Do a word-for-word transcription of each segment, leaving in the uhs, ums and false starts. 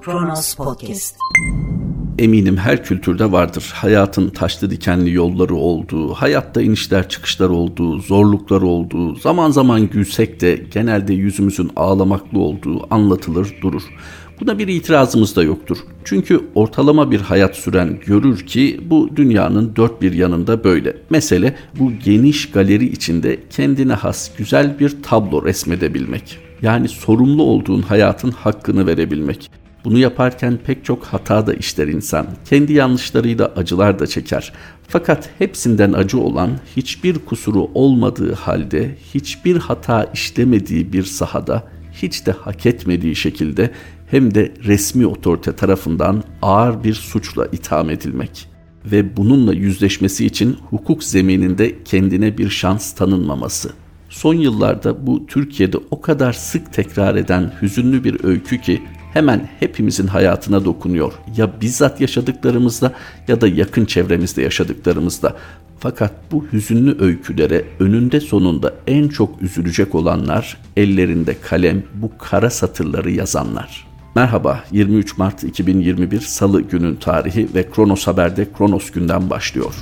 Kronos Podcast. Eminim her kültürde vardır. Hayatın taşlı dikenli yolları olduğu, hayatta inişler çıkışlar olduğu, zorluklar olduğu, zaman zaman gülsek de genelde yüzümüzün ağlamaklı olduğu anlatılır durur. Buna bir itirazımız da yoktur. Çünkü ortalama bir hayat süren görür ki bu dünyanın dört bir yanında böyle. Mesele bu geniş galeri içinde kendine has güzel bir tablo resmedebilmek. Yani sorumlu olduğun hayatın hakkını verebilmek. Bunu yaparken pek çok hata da işler insan. Kendi yanlışlarıyla acılar da çeker. Fakat hepsinden acı olan, hiçbir kusuru olmadığı halde, hiçbir hata işlemediği bir sahada, hiç de hak etmediği şekilde hem de resmi otorite tarafından ağır bir suçla itham edilmek. Ve bununla yüzleşmesi için hukuk zemininde kendine bir şans tanınmaması. Son yıllarda bu Türkiye'de o kadar sık tekrar eden hüzünlü bir öykü ki hemen hepimizin hayatına dokunuyor. Ya bizzat yaşadıklarımızda ya da yakın çevremizde yaşadıklarımızda. Fakat bu hüzünlü öykülere önünde sonunda en çok üzülecek olanlar, ellerinde kalem bu kara satırları yazanlar. Merhaba, yirmi üç Mart iki bin yirmi bir Salı günün tarihi ve Kronos Haber'de Kronos günden başlıyor.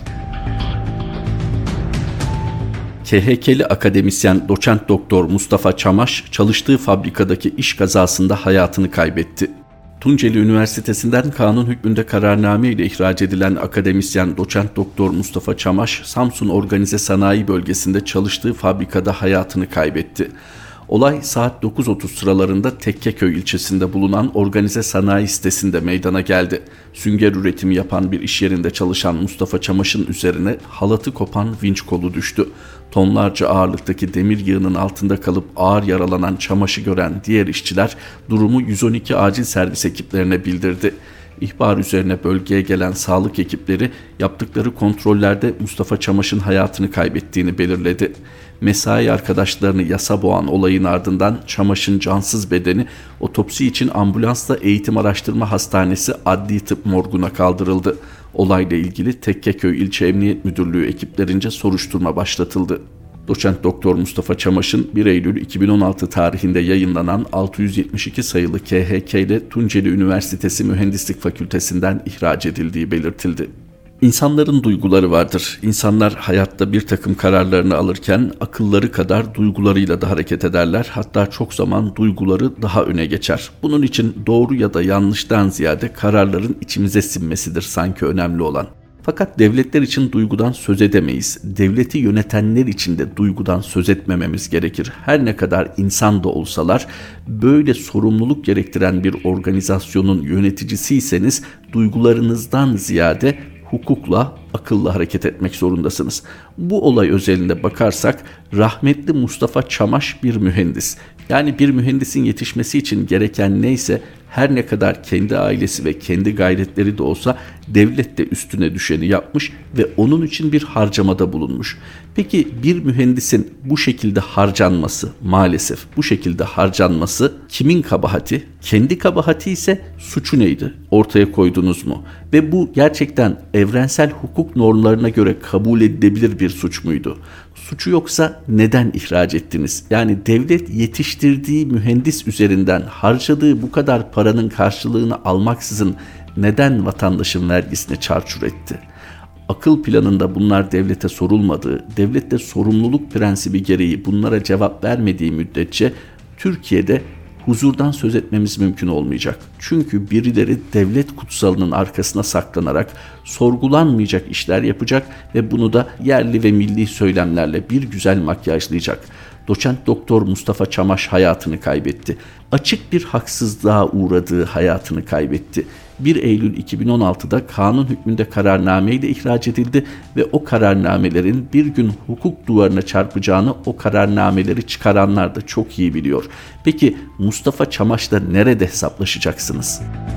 K H K'li akademisyen doçent doktor Mustafa Çamaş çalıştığı fabrikadaki iş kazasında hayatını kaybetti. Tunceli Üniversitesi'nden kanun hükmünde kararname ile ihraç edilen akademisyen doçent doktor Mustafa Çamaş, Samsun Organize Sanayi Bölgesi'nde çalıştığı fabrikada hayatını kaybetti. Olay saat dokuz otuz sıralarında Tekkeköy ilçesinde bulunan organize sanayi sitesinde meydana geldi. Sünger üretimi yapan bir iş yerinde çalışan Mustafa Çamaş'ın üzerine halatı kopan vinç kolu düştü. Tonlarca ağırlıktaki demir yığının altında kalıp ağır yaralanan Çamaş'ı gören diğer işçiler durumu yüz on iki acil servis ekiplerine bildirdi. İhbar üzerine bölgeye gelen sağlık ekipleri yaptıkları kontrollerde Mustafa Çamaş'ın hayatını kaybettiğini belirledi. Mesai arkadaşlarını yasa boğan olayın ardından Çamaş'ın cansız bedeni otopsi için ambulansla Eğitim Araştırma Hastanesi Adli Tıp Morgu'na kaldırıldı. Olayla ilgili Tekkeköy İlçe Emniyet Müdürlüğü ekiplerince soruşturma başlatıldı. Doçent Doktor Mustafa Çamaş'ın bir Eylül iki bin on altı tarihinde yayınlanan altı yüz yetmiş iki sayılı K H K ile Tunceli Üniversitesi Mühendislik Fakültesinden ihraç edildiği belirtildi. İnsanların duyguları vardır. İnsanlar hayatta bir takım kararlarını alırken akılları kadar duygularıyla da hareket ederler. Hatta çok zaman duyguları daha öne geçer. Bunun için doğru ya da yanlıştan ziyade kararların içimize sinmesidir sanki önemli olan. Fakat devletler için duygudan söz edemeyiz. Devleti yönetenler için de duygudan söz etmememiz gerekir. Her ne kadar insan da olsalar, böyle sorumluluk gerektiren bir organizasyonun yöneticisiyseniz duygularınızdan ziyade hukukla, akılla hareket etmek zorundasınız. Bu olay özelinde bakarsak rahmetli Mustafa Çamaş bir mühendis. Yani bir mühendisin yetişmesi için gereken neyse her ne kadar kendi ailesi ve kendi gayretleri de olsa devlet de üstüne düşeni yapmış ve onun için bir harcamada bulunmuş. Peki bir mühendisin bu şekilde harcanması, maalesef bu şekilde harcanması kimin kabahati? Kendi kabahati ise suçu neydi? Ortaya koydunuz mu? Ve bu gerçekten evrensel hukuk normlarına göre kabul edilebilir bir suç muydu? Suçu yoksa neden ihraç ettiniz? Yani devlet yetiştirdiği mühendis üzerinden harcadığı bu kadar paranın karşılığını almaksızın neden vatandaşın vergisini çarçur etti? Akıl planında bunlar devlete sorulmadığı, devlet de sorumluluk prensibi gereği bunlara cevap vermediği müddetçe Türkiye'de huzurdan söz etmemiz mümkün olmayacak. Çünkü birileri devlet kutsalının arkasına saklanarak sorgulanmayacak işler yapacak ve bunu da yerli ve milli söylemlerle bir güzel makyajlayacak. Doçent Doktor Mustafa Çamaş hayatını kaybetti. Açık bir haksızlığa uğradığı hayatını kaybetti. bir Eylül iki bin on altıda kanun hükmünde kararnameyle ihraç edildi ve o kararnamelerin bir gün hukuk duvarına çarpacağını o kararnameleri çıkaranlar da çok iyi biliyor. Peki Mustafa Çamaş'la nerede hesaplaşacaksınız?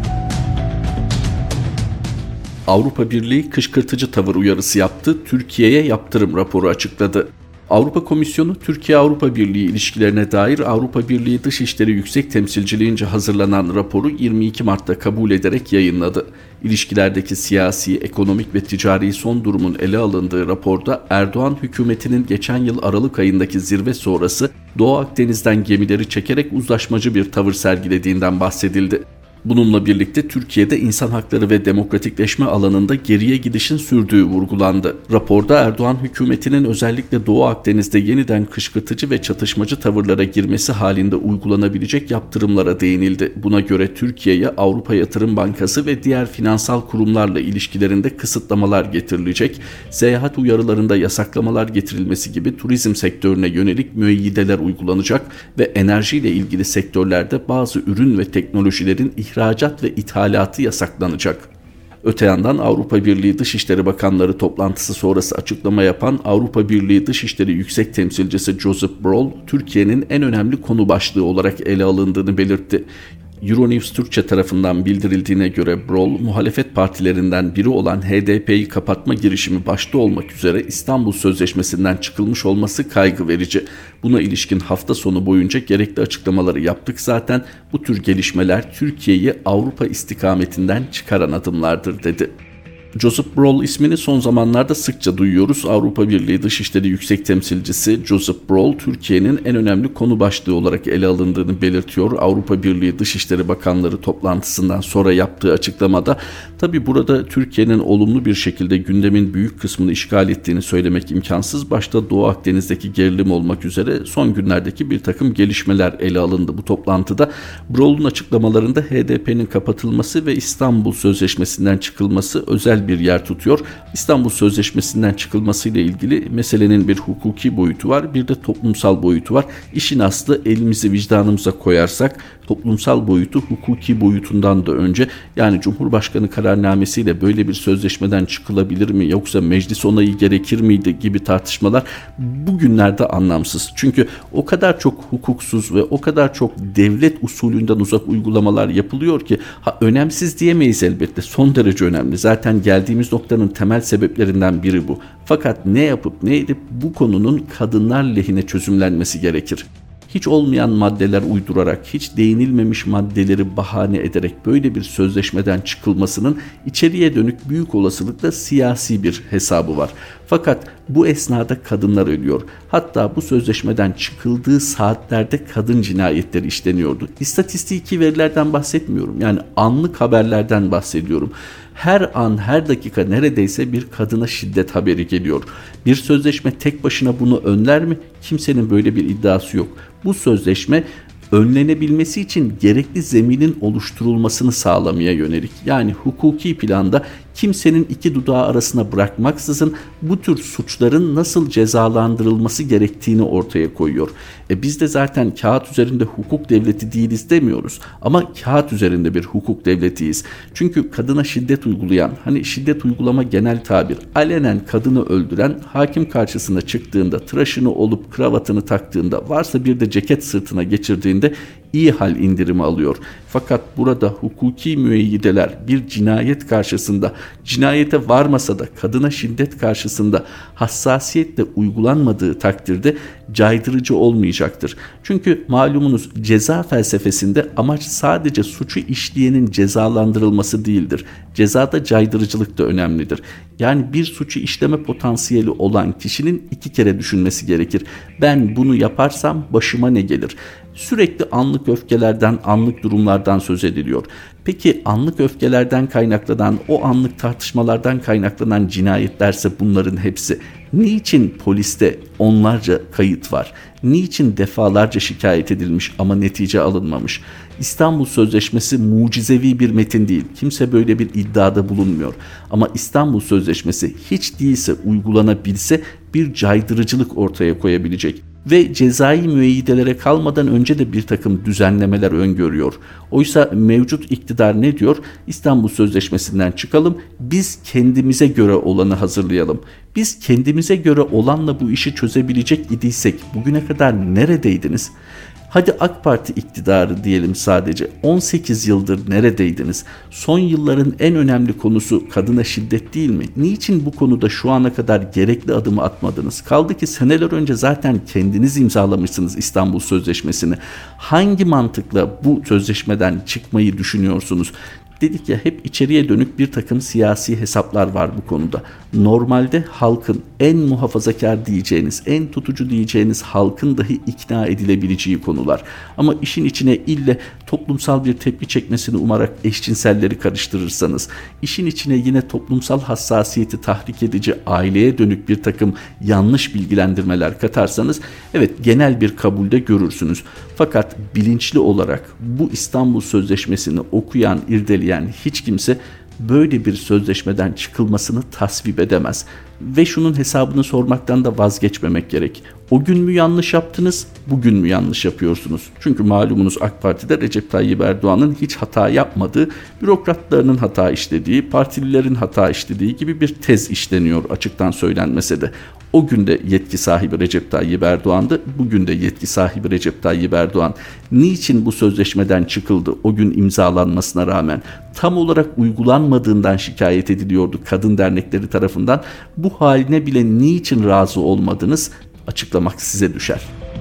Avrupa Birliği kışkırtıcı tavır uyarısı yaptı, Türkiye'ye yaptırım raporu açıkladı. Avrupa Komisyonu, Türkiye-Avrupa Birliği ilişkilerine dair Avrupa Birliği Dışişleri Yüksek Temsilciliğince hazırlanan raporu yirmi iki Mart'ta kabul ederek yayınladı. İlişkilerdeki siyasi, ekonomik ve ticari son durumun ele alındığı raporda Erdoğan hükümetinin geçen yıl Aralık ayındaki zirve sonrası Doğu Akdeniz'den gemileri çekerek uzlaşmacı bir tavır sergilediğinden bahsedildi. Bununla birlikte Türkiye'de insan hakları ve demokratikleşme alanında geriye gidişin sürdüğü vurgulandı. Raporda Erdoğan hükümetinin özellikle Doğu Akdeniz'de yeniden kışkırtıcı ve çatışmacı tavırlara girmesi halinde uygulanabilecek yaptırımlara değinildi. Buna göre Türkiye'ye Avrupa Yatırım Bankası ve diğer finansal kurumlarla ilişkilerinde kısıtlamalar getirilecek, seyahat uyarılarında yasaklamalar getirilmesi gibi turizm sektörüne yönelik müeyyideler uygulanacak ve enerjiyle ilgili sektörlerde bazı ürün ve teknolojilerin ihracat ve ithalatı yasaklanacak. Öte yandan Avrupa Birliği Dışişleri Bakanları toplantısı sonrası açıklama yapan Avrupa Birliği Dışişleri Yüksek Temsilcisi Josep Borrell, Türkiye'nin en önemli konu başlığı olarak ele alındığını belirtti. Euronews Türkçe tarafından bildirildiğine göre Borrell, muhalefet partilerinden biri olan H D P'yi kapatma girişimi başta olmak üzere İstanbul Sözleşmesi'nden çıkılmış olması kaygı verici. Buna ilişkin hafta sonu boyunca gerekli açıklamaları yaptık zaten. Bu tür gelişmeler Türkiye'yi Avrupa istikametinden çıkaran adımlardır dedi. Josep Borrell ismini son zamanlarda sıkça duyuyoruz. Avrupa Birliği Dışişleri Yüksek Temsilcisi Josep Borrell, Türkiye'nin en önemli konu başlığı olarak ele alındığını belirtiyor. Avrupa Birliği Dışişleri Bakanları toplantısından sonra yaptığı açıklamada, tabi burada Türkiye'nin olumlu bir şekilde gündemin büyük kısmını işgal ettiğini söylemek imkansız. Başta Doğu Akdeniz'deki gerilim olmak üzere son günlerdeki bir takım gelişmeler ele alındı bu toplantıda. Borrell'un açıklamalarında H D P'nin kapatılması ve İstanbul Sözleşmesi'nden çıkılması özel bir yer tutuyor. İstanbul Sözleşmesi'nden çıkılmasıyla ilgili meselenin bir hukuki boyutu var, bir de toplumsal boyutu var. İşin aslı, elimizi vicdanımıza koyarsak toplumsal boyutu hukuki boyutundan da önce, yani Cumhurbaşkanı kararnamesiyle böyle bir sözleşmeden çıkılabilir mi yoksa meclis onayı gerekir miydi gibi tartışmalar bugünlerde anlamsız. Çünkü o kadar çok hukuksuz ve o kadar çok devlet usulünden uzak uygulamalar yapılıyor ki ha, önemsiz diyemeyiz elbette, son derece önemli. Zaten geldiğimiz noktanın temel sebeplerinden biri bu. Fakat ne yapıp ne edip bu konunun kadınlar lehine çözümlenmesi gerekir. Hiç olmayan maddeler uydurarak, hiç değinilmemiş maddeleri bahane ederek böyle bir sözleşmeden çıkılmasının içeriye dönük büyük olasılıkla siyasi bir hesabı var. Fakat bu esnada kadınlar ölüyor. Hatta bu sözleşmeden çıkıldığı saatlerde kadın cinayetleri işleniyordu. İstatistiki verilerden bahsetmiyorum. Yani anlık haberlerden bahsediyorum. Her an, her dakika neredeyse bir kadına şiddet haberi geliyor. Bir sözleşme tek başına bunu önler mi? Kimsenin böyle bir iddiası yok. Bu sözleşme önlenebilmesi için gerekli zeminin oluşturulmasını sağlamaya yönelik. Yani hukuki planda kimsenin iki dudağı arasına bırakmaksızın bu tür suçların nasıl cezalandırılması gerektiğini ortaya koyuyor. E biz de zaten kağıt üzerinde hukuk devleti değiliz demiyoruz ama kağıt üzerinde bir hukuk devletiyiz. Çünkü kadına şiddet uygulayan, hani şiddet uygulama genel tabir, alenen kadını öldüren, hakim karşısına çıktığında, tıraşını olup kravatını taktığında, varsa bir de ceket sırtına geçirdiğinde iyi hal indirimi alıyor. Fakat burada hukuki müeyyideler bir cinayet karşısında, cinayete varmasa da kadına şiddet karşısında hassasiyetle uygulanmadığı takdirde caydırıcı olmayacaktır. Çünkü malumunuz ceza felsefesinde amaç sadece suçu işleyenin cezalandırılması değildir. Cezada caydırıcılık da önemlidir. Yani bir suçu işleme potansiyeli olan kişinin iki kere düşünmesi gerekir. Ben bunu yaparsam başıma ne gelir? Sürekli anlık öfkelerden, anlık durumlardan söz ediliyor. Peki anlık öfkelerden kaynaklanan, o anlık tartışmalardan kaynaklanan cinayetlerse bunların hepsi, niçin poliste onlarca kayıt var? Niçin defalarca şikayet edilmiş ama netice alınmamış? İstanbul Sözleşmesi mucizevi bir metin değil. Kimse böyle bir iddiada bulunmuyor. Ama İstanbul Sözleşmesi hiç değilse uygulanabilse bir caydırıcılık ortaya koyabilecek. Ve cezai müeyyidelere kalmadan önce de bir takım düzenlemeler öngörüyor. Oysa mevcut iktidar ne diyor? İstanbul Sözleşmesi'nden çıkalım, biz kendimize göre olanı hazırlayalım. Biz kendimize göre olanla bu işi çözebilecek idiysek bugüne kadar neredeydiniz? Hadi AK Parti iktidarı diyelim sadece. on sekiz yıldır neredeydiniz? Son yılların en önemli konusu kadına şiddet değil mi? Niçin bu konuda şu ana kadar gerekli adımı atmadınız? Kaldı ki seneler önce zaten kendiniz imzalamışsınız İstanbul Sözleşmesi'ni. Hangi mantıkla bu sözleşmeden çıkmayı düşünüyorsunuz? dedik ya, hep içeriye dönük bir takım siyasi hesaplar var bu konuda. Normalde halkın en muhafazakar diyeceğiniz, en tutucu diyeceğiniz halkın dahi ikna edilebileceği konular. Ama işin içine ille toplumsal bir tepki çekmesini umarak eşcinselleri karıştırırsanız, işin içine yine toplumsal hassasiyeti tahrik edici aileye dönük bir takım yanlış bilgilendirmeler katarsanız, evet genel bir kabulde görürsünüz. Fakat bilinçli olarak bu İstanbul Sözleşmesi'ni okuyan, irdeleyen hiç kimse böyle bir sözleşmeden çıkılmasını tasvip edemez. Ve şunun hesabını sormaktan da vazgeçmemek gerek. O gün mü yanlış yaptınız, bugün mü yanlış yapıyorsunuz? Çünkü malumunuz AK Parti'de Recep Tayyip Erdoğan'ın hiç hata yapmadığı, bürokratlarının hata işlediği, partililerin hata işlediği gibi bir tez işleniyor açıktan söylenmese de. O gün de yetki sahibi Recep Tayyip Erdoğan'dı, bugün de yetki sahibi Recep Tayyip Erdoğan. Niçin bu sözleşmeden çıkıldı o gün imzalanmasına rağmen? Tam olarak uygulanmadığından şikayet ediliyordu kadın dernekleri tarafından. Bu haline bile niçin razı olmadınız? Açıklamak size düşer.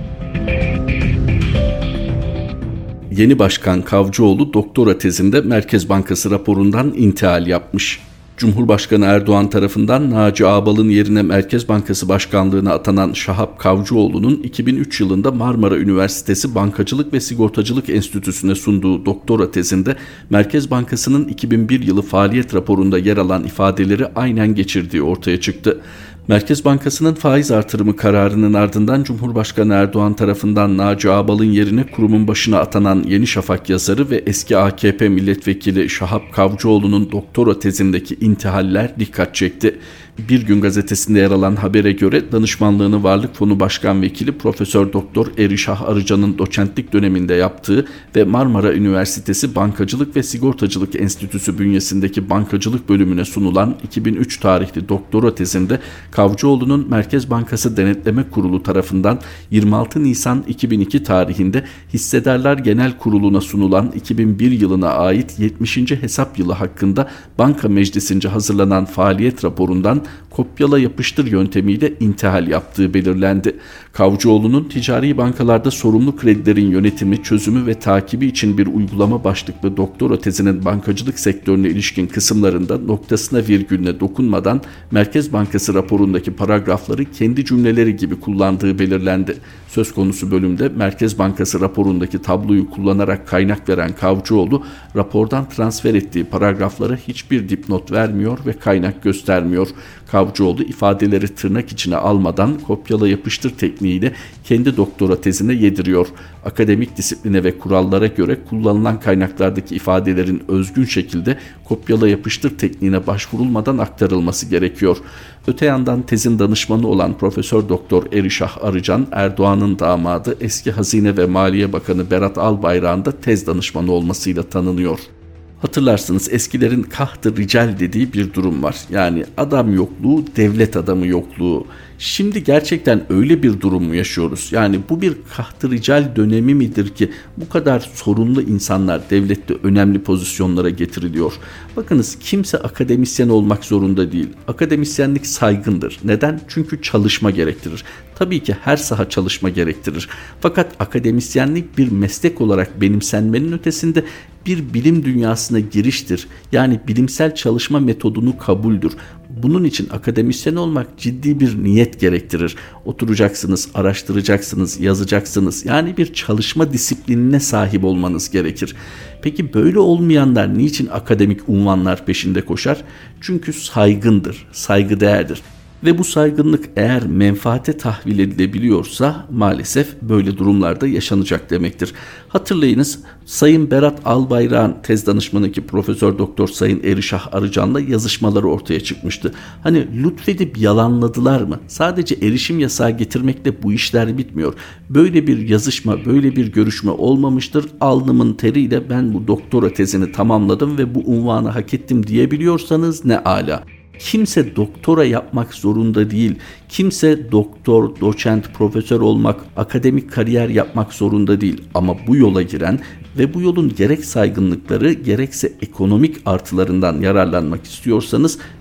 Yeni Başkan Kavcıoğlu doktora tezinde Merkez Bankası raporundan intihal yapmış. Cumhurbaşkanı Erdoğan tarafından Naci Ağbal'ın yerine Merkez Bankası Başkanlığı'na atanan Şahap Kavcıoğlu'nun iki bin üç yılında Marmara Üniversitesi Bankacılık ve Sigortacılık Enstitüsü'ne sunduğu doktora tezinde Merkez Bankası'nın iki bin bir yılı faaliyet raporunda yer alan ifadeleri aynen geçirdiği ortaya çıktı. Merkez Bankası'nın faiz artırımı kararının ardından Cumhurbaşkanı Erdoğan tarafından Naci Ağbal'ın yerine kurumun başına atanan Yeni Şafak yazarı ve eski A K P milletvekili Şahap Kavcıoğlu'nun doktora tezindeki intihaller dikkat çekti. Bir Gün gazetesinde yer alan habere göre danışmanlığını Varlık Fonu Başkan Vekili Profesör Doktor Erişah Arıcan'ın doçentlik döneminde yaptığı ve Marmara Üniversitesi Bankacılık ve Sigortacılık Enstitüsü bünyesindeki bankacılık bölümüne sunulan iki bin üç tarihli doktora tezinde Kavcıoğlu'nun Merkez Bankası Denetleme Kurulu tarafından yirmi altı Nisan iki bin iki tarihinde Hissedarlar Genel Kurulu'na sunulan iki bin bir yılına ait yetmişinci hesap yılı hakkında Banka Meclisi'nce hazırlanan faaliyet raporundan kopyala yapıştır yöntemiyle intihal yaptığı belirlendi. Kavcıoğlu'nun ticari bankalarda sorumlu kredilerin yönetimi, çözümü ve takibi için bir uygulama başlıklı doktora tezinin bankacılık sektörüne ilişkin kısımlarında noktasına virgülüne dokunmadan Merkez Bankası raporundaki paragrafları kendi cümleleri gibi kullandığı belirlendi. Söz konusu bölümde Merkez Bankası raporundaki tabloyu kullanarak kaynak veren Kavcıoğlu, rapordan transfer ettiği paragraflara hiçbir dipnot vermiyor ve kaynak göstermiyor. Kavcıoğlu ifadeleri tırnak içine almadan kopyala yapıştır tekniğiyle kendi doktora tezine yediriyor. Akademik disipline ve kurallara göre kullanılan kaynaklardaki ifadelerin özgün şekilde kopyala yapıştır tekniğine başvurulmadan aktarılması gerekiyor. Öte yandan tezin danışmanı olan Profesör Doktor Erişah Arıcan, Erdoğan'ın damadı eski Hazine ve Maliye Bakanı Berat Albayrak'ın da tez danışmanı olmasıyla tanınıyor. Hatırlarsınız, eskilerin kaht-ı rical dediği bir durum var. Yani adam yokluğu, devlet adamı yokluğu. Şimdi gerçekten öyle bir durum mu yaşıyoruz? Yani bu bir kaht-ı rical dönemi midir ki bu kadar sorunlu insanlar devlette önemli pozisyonlara getiriliyor? Bakınız, kimse akademisyen olmak zorunda değil. Akademisyenlik saygındır. Neden? Çünkü çalışma gerektirir. Tabii ki her saha çalışma gerektirir. Fakat akademisyenlik bir meslek olarak benimsenmenin ötesinde bir bilim dünyasına giriştir. Yani bilimsel çalışma metodunu kabuldür. Bunun için akademisyen olmak ciddi bir niyet gerektirir. Oturacaksınız, araştıracaksınız, yazacaksınız. Yani bir çalışma disiplinine sahip olmanız gerekir. Peki böyle olmayanlar niçin akademik unvanlar peşinde koşar? Çünkü saygındır, saygıdeğerdir. Ve bu saygınlık eğer menfaate tahvil edilebiliyorsa maalesef böyle durumlarda yaşanacak demektir. Hatırlayınız, Sayın Berat Albayrak'ın tez danışmanı ki Profesör Doktor Sayın Erişah Arıcan'la yazışmaları ortaya çıkmıştı. Hani lütfedip yalanladılar mı? Sadece erişim yasağı getirmekle bu işler bitmiyor. Böyle bir yazışma, böyle bir görüşme olmamıştır. Alnımın teriyle ben bu doktora tezini tamamladım ve bu unvanı hak ettim diyebiliyorsanız ne âlâ. Kimse doktora yapmak zorunda değil. Kimse doktor, doçent, profesör olmak, akademik kariyer yapmak zorunda değil. Ama bu yola giren ve bu yolun gerek saygınlıkları gerekse ekonomik artılarından yararlanmak istiyorsanız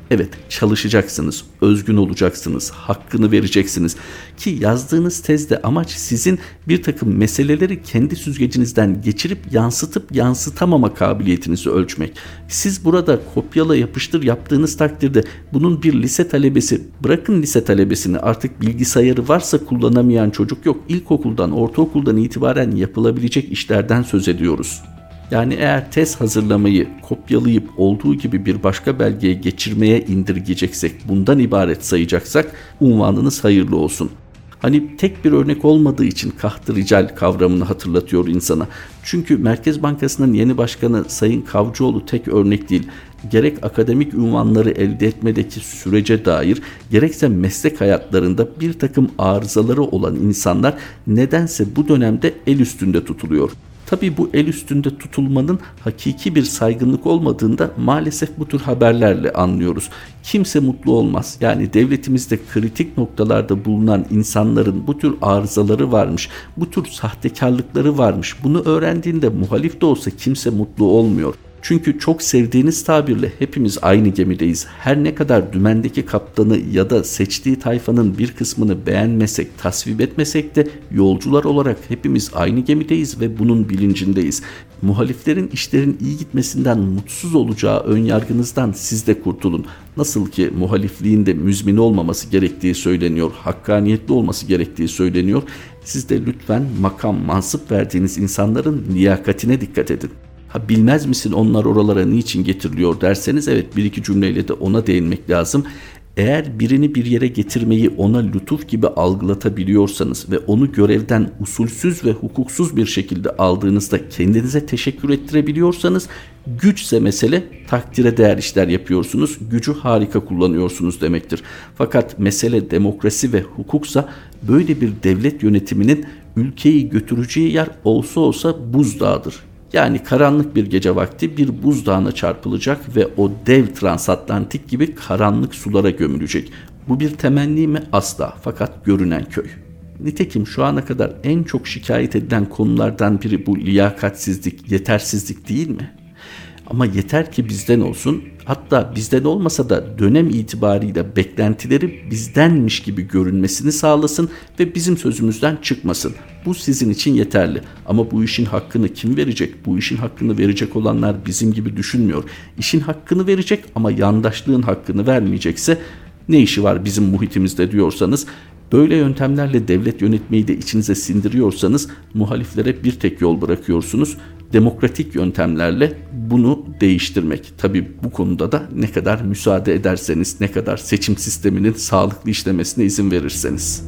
Evet, çalışacaksınız, özgün olacaksınız, hakkını vereceksiniz. Ki yazdığınız tezde amaç sizin bir takım meseleleri kendi süzgecinizden geçirip yansıtıp yansıtamama kabiliyetinizi ölçmek. Siz burada kopyala yapıştır yaptığınız takdirde bunun bir lise talebesi, bırakın lise talebesini, artık bilgisayarı varsa kullanamayan çocuk yok. İlkokuldan, ortaokuldan itibaren yapılabilecek işlerden söz ediyoruz. Yani eğer tez hazırlamayı kopyalayıp olduğu gibi bir başka belgeye geçirmeye indirgeyeceksek, bundan ibaret sayacaksak unvanınız hayırlı olsun. Hani tek bir örnek olmadığı için kaht-ı rical kavramını hatırlatıyor insana. Çünkü Merkez Bankası'nın yeni başkanı Sayın Kavcıoğlu tek örnek değil. Gerek akademik unvanları elde etmedeki sürece dair, gerekse meslek hayatlarında bir takım arızaları olan insanlar nedense bu dönemde el üstünde tutuluyor. Tabii bu el üstünde tutulmanın hakiki bir saygınlık olmadığını da maalesef bu tür haberlerle anlıyoruz. Kimse mutlu olmaz. Yani devletimizde kritik noktalarda bulunan insanların bu tür arızaları varmış, bu tür sahtekarlıkları varmış. Bunu öğrendiğinde muhalif de olsa kimse mutlu olmuyor. Çünkü çok sevdiğiniz tabirle hepimiz aynı gemideyiz. Her ne kadar dümendeki kaptanı ya da seçtiği tayfanın bir kısmını beğenmesek, tasvip etmesek de yolcular olarak hepimiz aynı gemideyiz ve bunun bilincindeyiz. Muhaliflerin işlerin iyi gitmesinden mutsuz olacağı önyargınızdan siz de kurtulun. Nasıl ki muhalifliğin de müzmin olmaması gerektiği söyleniyor, hakkaniyetli olması gerektiği söyleniyor. Siz de lütfen makam, mansıp verdiğiniz insanların liyakatine dikkat edin. Ha, bilmez misin onlar oralara niçin getiriliyor derseniz, evet, bir iki cümleyle de ona değinmek lazım. Eğer birini bir yere getirmeyi ona lütuf gibi algılatabiliyorsanız ve onu görevden usulsüz ve hukuksuz bir şekilde aldığınızda kendinize teşekkür ettirebiliyorsanız, güçse mesele, takdire değer işler yapıyorsunuz, gücü harika kullanıyorsunuz demektir. Fakat mesele demokrasi ve hukuksa, böyle bir devlet yönetiminin ülkeyi götüreceği yer olsa olsa buzdağıdır. Yani karanlık bir gece vakti bir buzdağına çarpılacak ve o dev transatlantik gibi karanlık sulara gömülecek. Bu bir temenni mi? Asla. Fakat görünen köy. Nitekim şu ana kadar en çok şikayet edilen konulardan biri bu liyakatsizlik, yetersizlik değil mi? Ama yeter ki bizden olsun, hatta bizden olmasa da dönem itibariyle beklentileri bizdenmiş gibi görünmesini sağlasın ve bizim sözümüzden çıkmasın. Bu sizin için yeterli. Ama bu işin hakkını kim verecek? Bu işin hakkını verecek olanlar bizim gibi düşünmüyor. İşin hakkını verecek ama yandaşlığın hakkını vermeyecekse ne işi var bizim muhitimizde diyorsanız, böyle yöntemlerle devlet yönetmeyi de içinize sindiriyorsanız, muhaliflere bir tek yol bırakıyorsunuz: demokratik yöntemlerle bunu değiştirmek. Tabii bu konuda da ne kadar müsaade ederseniz, ne kadar seçim sisteminin sağlıklı işlemesine izin verirseniz.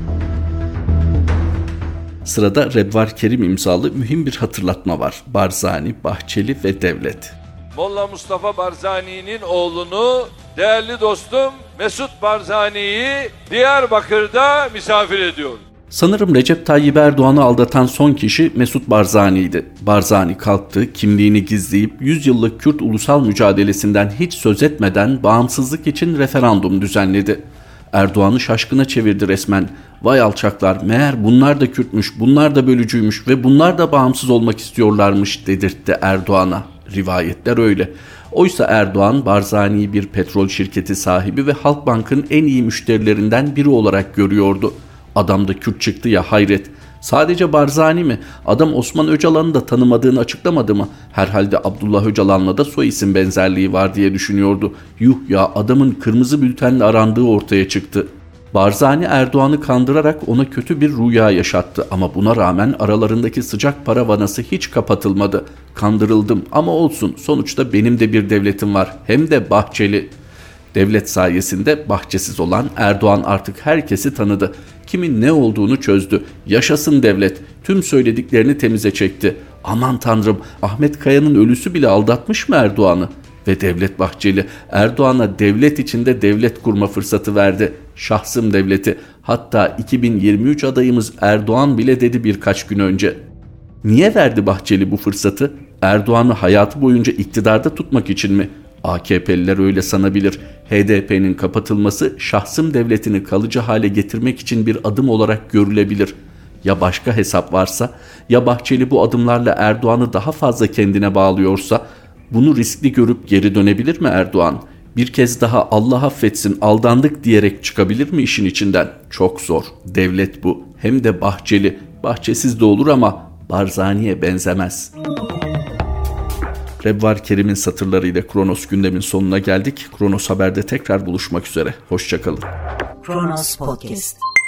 Sırada Redvar Kerim imzalı mühim bir hatırlatma var. Barzani, Bahçeli ve Devlet. Molla Mustafa Barzani'nin oğlunu, değerli dostum Mesut Barzani'yi Diyarbakır'da misafir ediyorum. Sanırım Recep Tayyip Erdoğan'ı aldatan son kişi Mesut Barzani'ydi. Barzani kalktı, kimliğini gizleyip yüz yıllık Kürt ulusal mücadelesinden hiç söz etmeden bağımsızlık için referandum düzenledi. Erdoğan'ı şaşkına çevirdi resmen. Vay alçaklar, meğer bunlar da Kürtmüş, bunlar da bölücüymüş ve bunlar da bağımsız olmak istiyorlarmış dedirtti Erdoğan'a. Rivayetler öyle. Oysa Erdoğan, Barzani'yi bir petrol şirketi sahibi ve Halkbank'ın en iyi müşterilerinden biri olarak görüyordu. Adam da Kürt çıktı ya, hayret. Sadece Barzani mi? Adam Osman Öcalan'ı da tanımadığını açıklamadı mı? Herhalde Abdullah Öcalan'la da soy isim benzerliği var diye düşünüyordu. Yuh ya, adamın kırmızı bültenle arandığı ortaya çıktı. Barzani Erdoğan'ı kandırarak ona kötü bir rüya yaşattı ama buna rağmen aralarındaki sıcak para vanası hiç kapatılmadı. Kandırıldım ama olsun, sonuçta benim de bir devletim var, hem de bahçeli. Devlet sayesinde bahçesiz olan Erdoğan artık herkesi tanıdı. Kimin ne olduğunu çözdü. Yaşasın devlet. Tüm söylediklerini temize çekti. Aman tanrım, Ahmet Kaya'nın ölüsü bile aldatmış mı Erdoğan'ı? Ve Devlet Bahçeli Erdoğan'a devlet içinde devlet kurma fırsatı verdi. Şahsım devleti. Hatta iki bin yirmi üç adayımız Erdoğan bile dedi birkaç gün önce. Niye verdi Bahçeli bu fırsatı? Erdoğan'ı hayatı boyunca iktidarda tutmak için mi? A K P'liler öyle sanabilir. H D P'nin kapatılması şahsım devletini kalıcı hale getirmek için bir adım olarak görülebilir. Ya başka hesap varsa, ya Bahçeli bu adımlarla Erdoğan'ı daha fazla kendine bağlıyorsa, bunu riskli görüp geri dönebilir mi Erdoğan? Bir kez daha Allah affetsin aldandık diyerek çıkabilir mi işin içinden? Çok zor. Devlet bu. Hem de Bahçeli. Bahçesiz de olur ama Barzani'ye benzemez. Rebvar Kerim'in satırlarıyla Kronos gündemin sonuna geldik. Kronos Haber'de tekrar buluşmak üzere. Hoşçakalın. Kronos Podcast.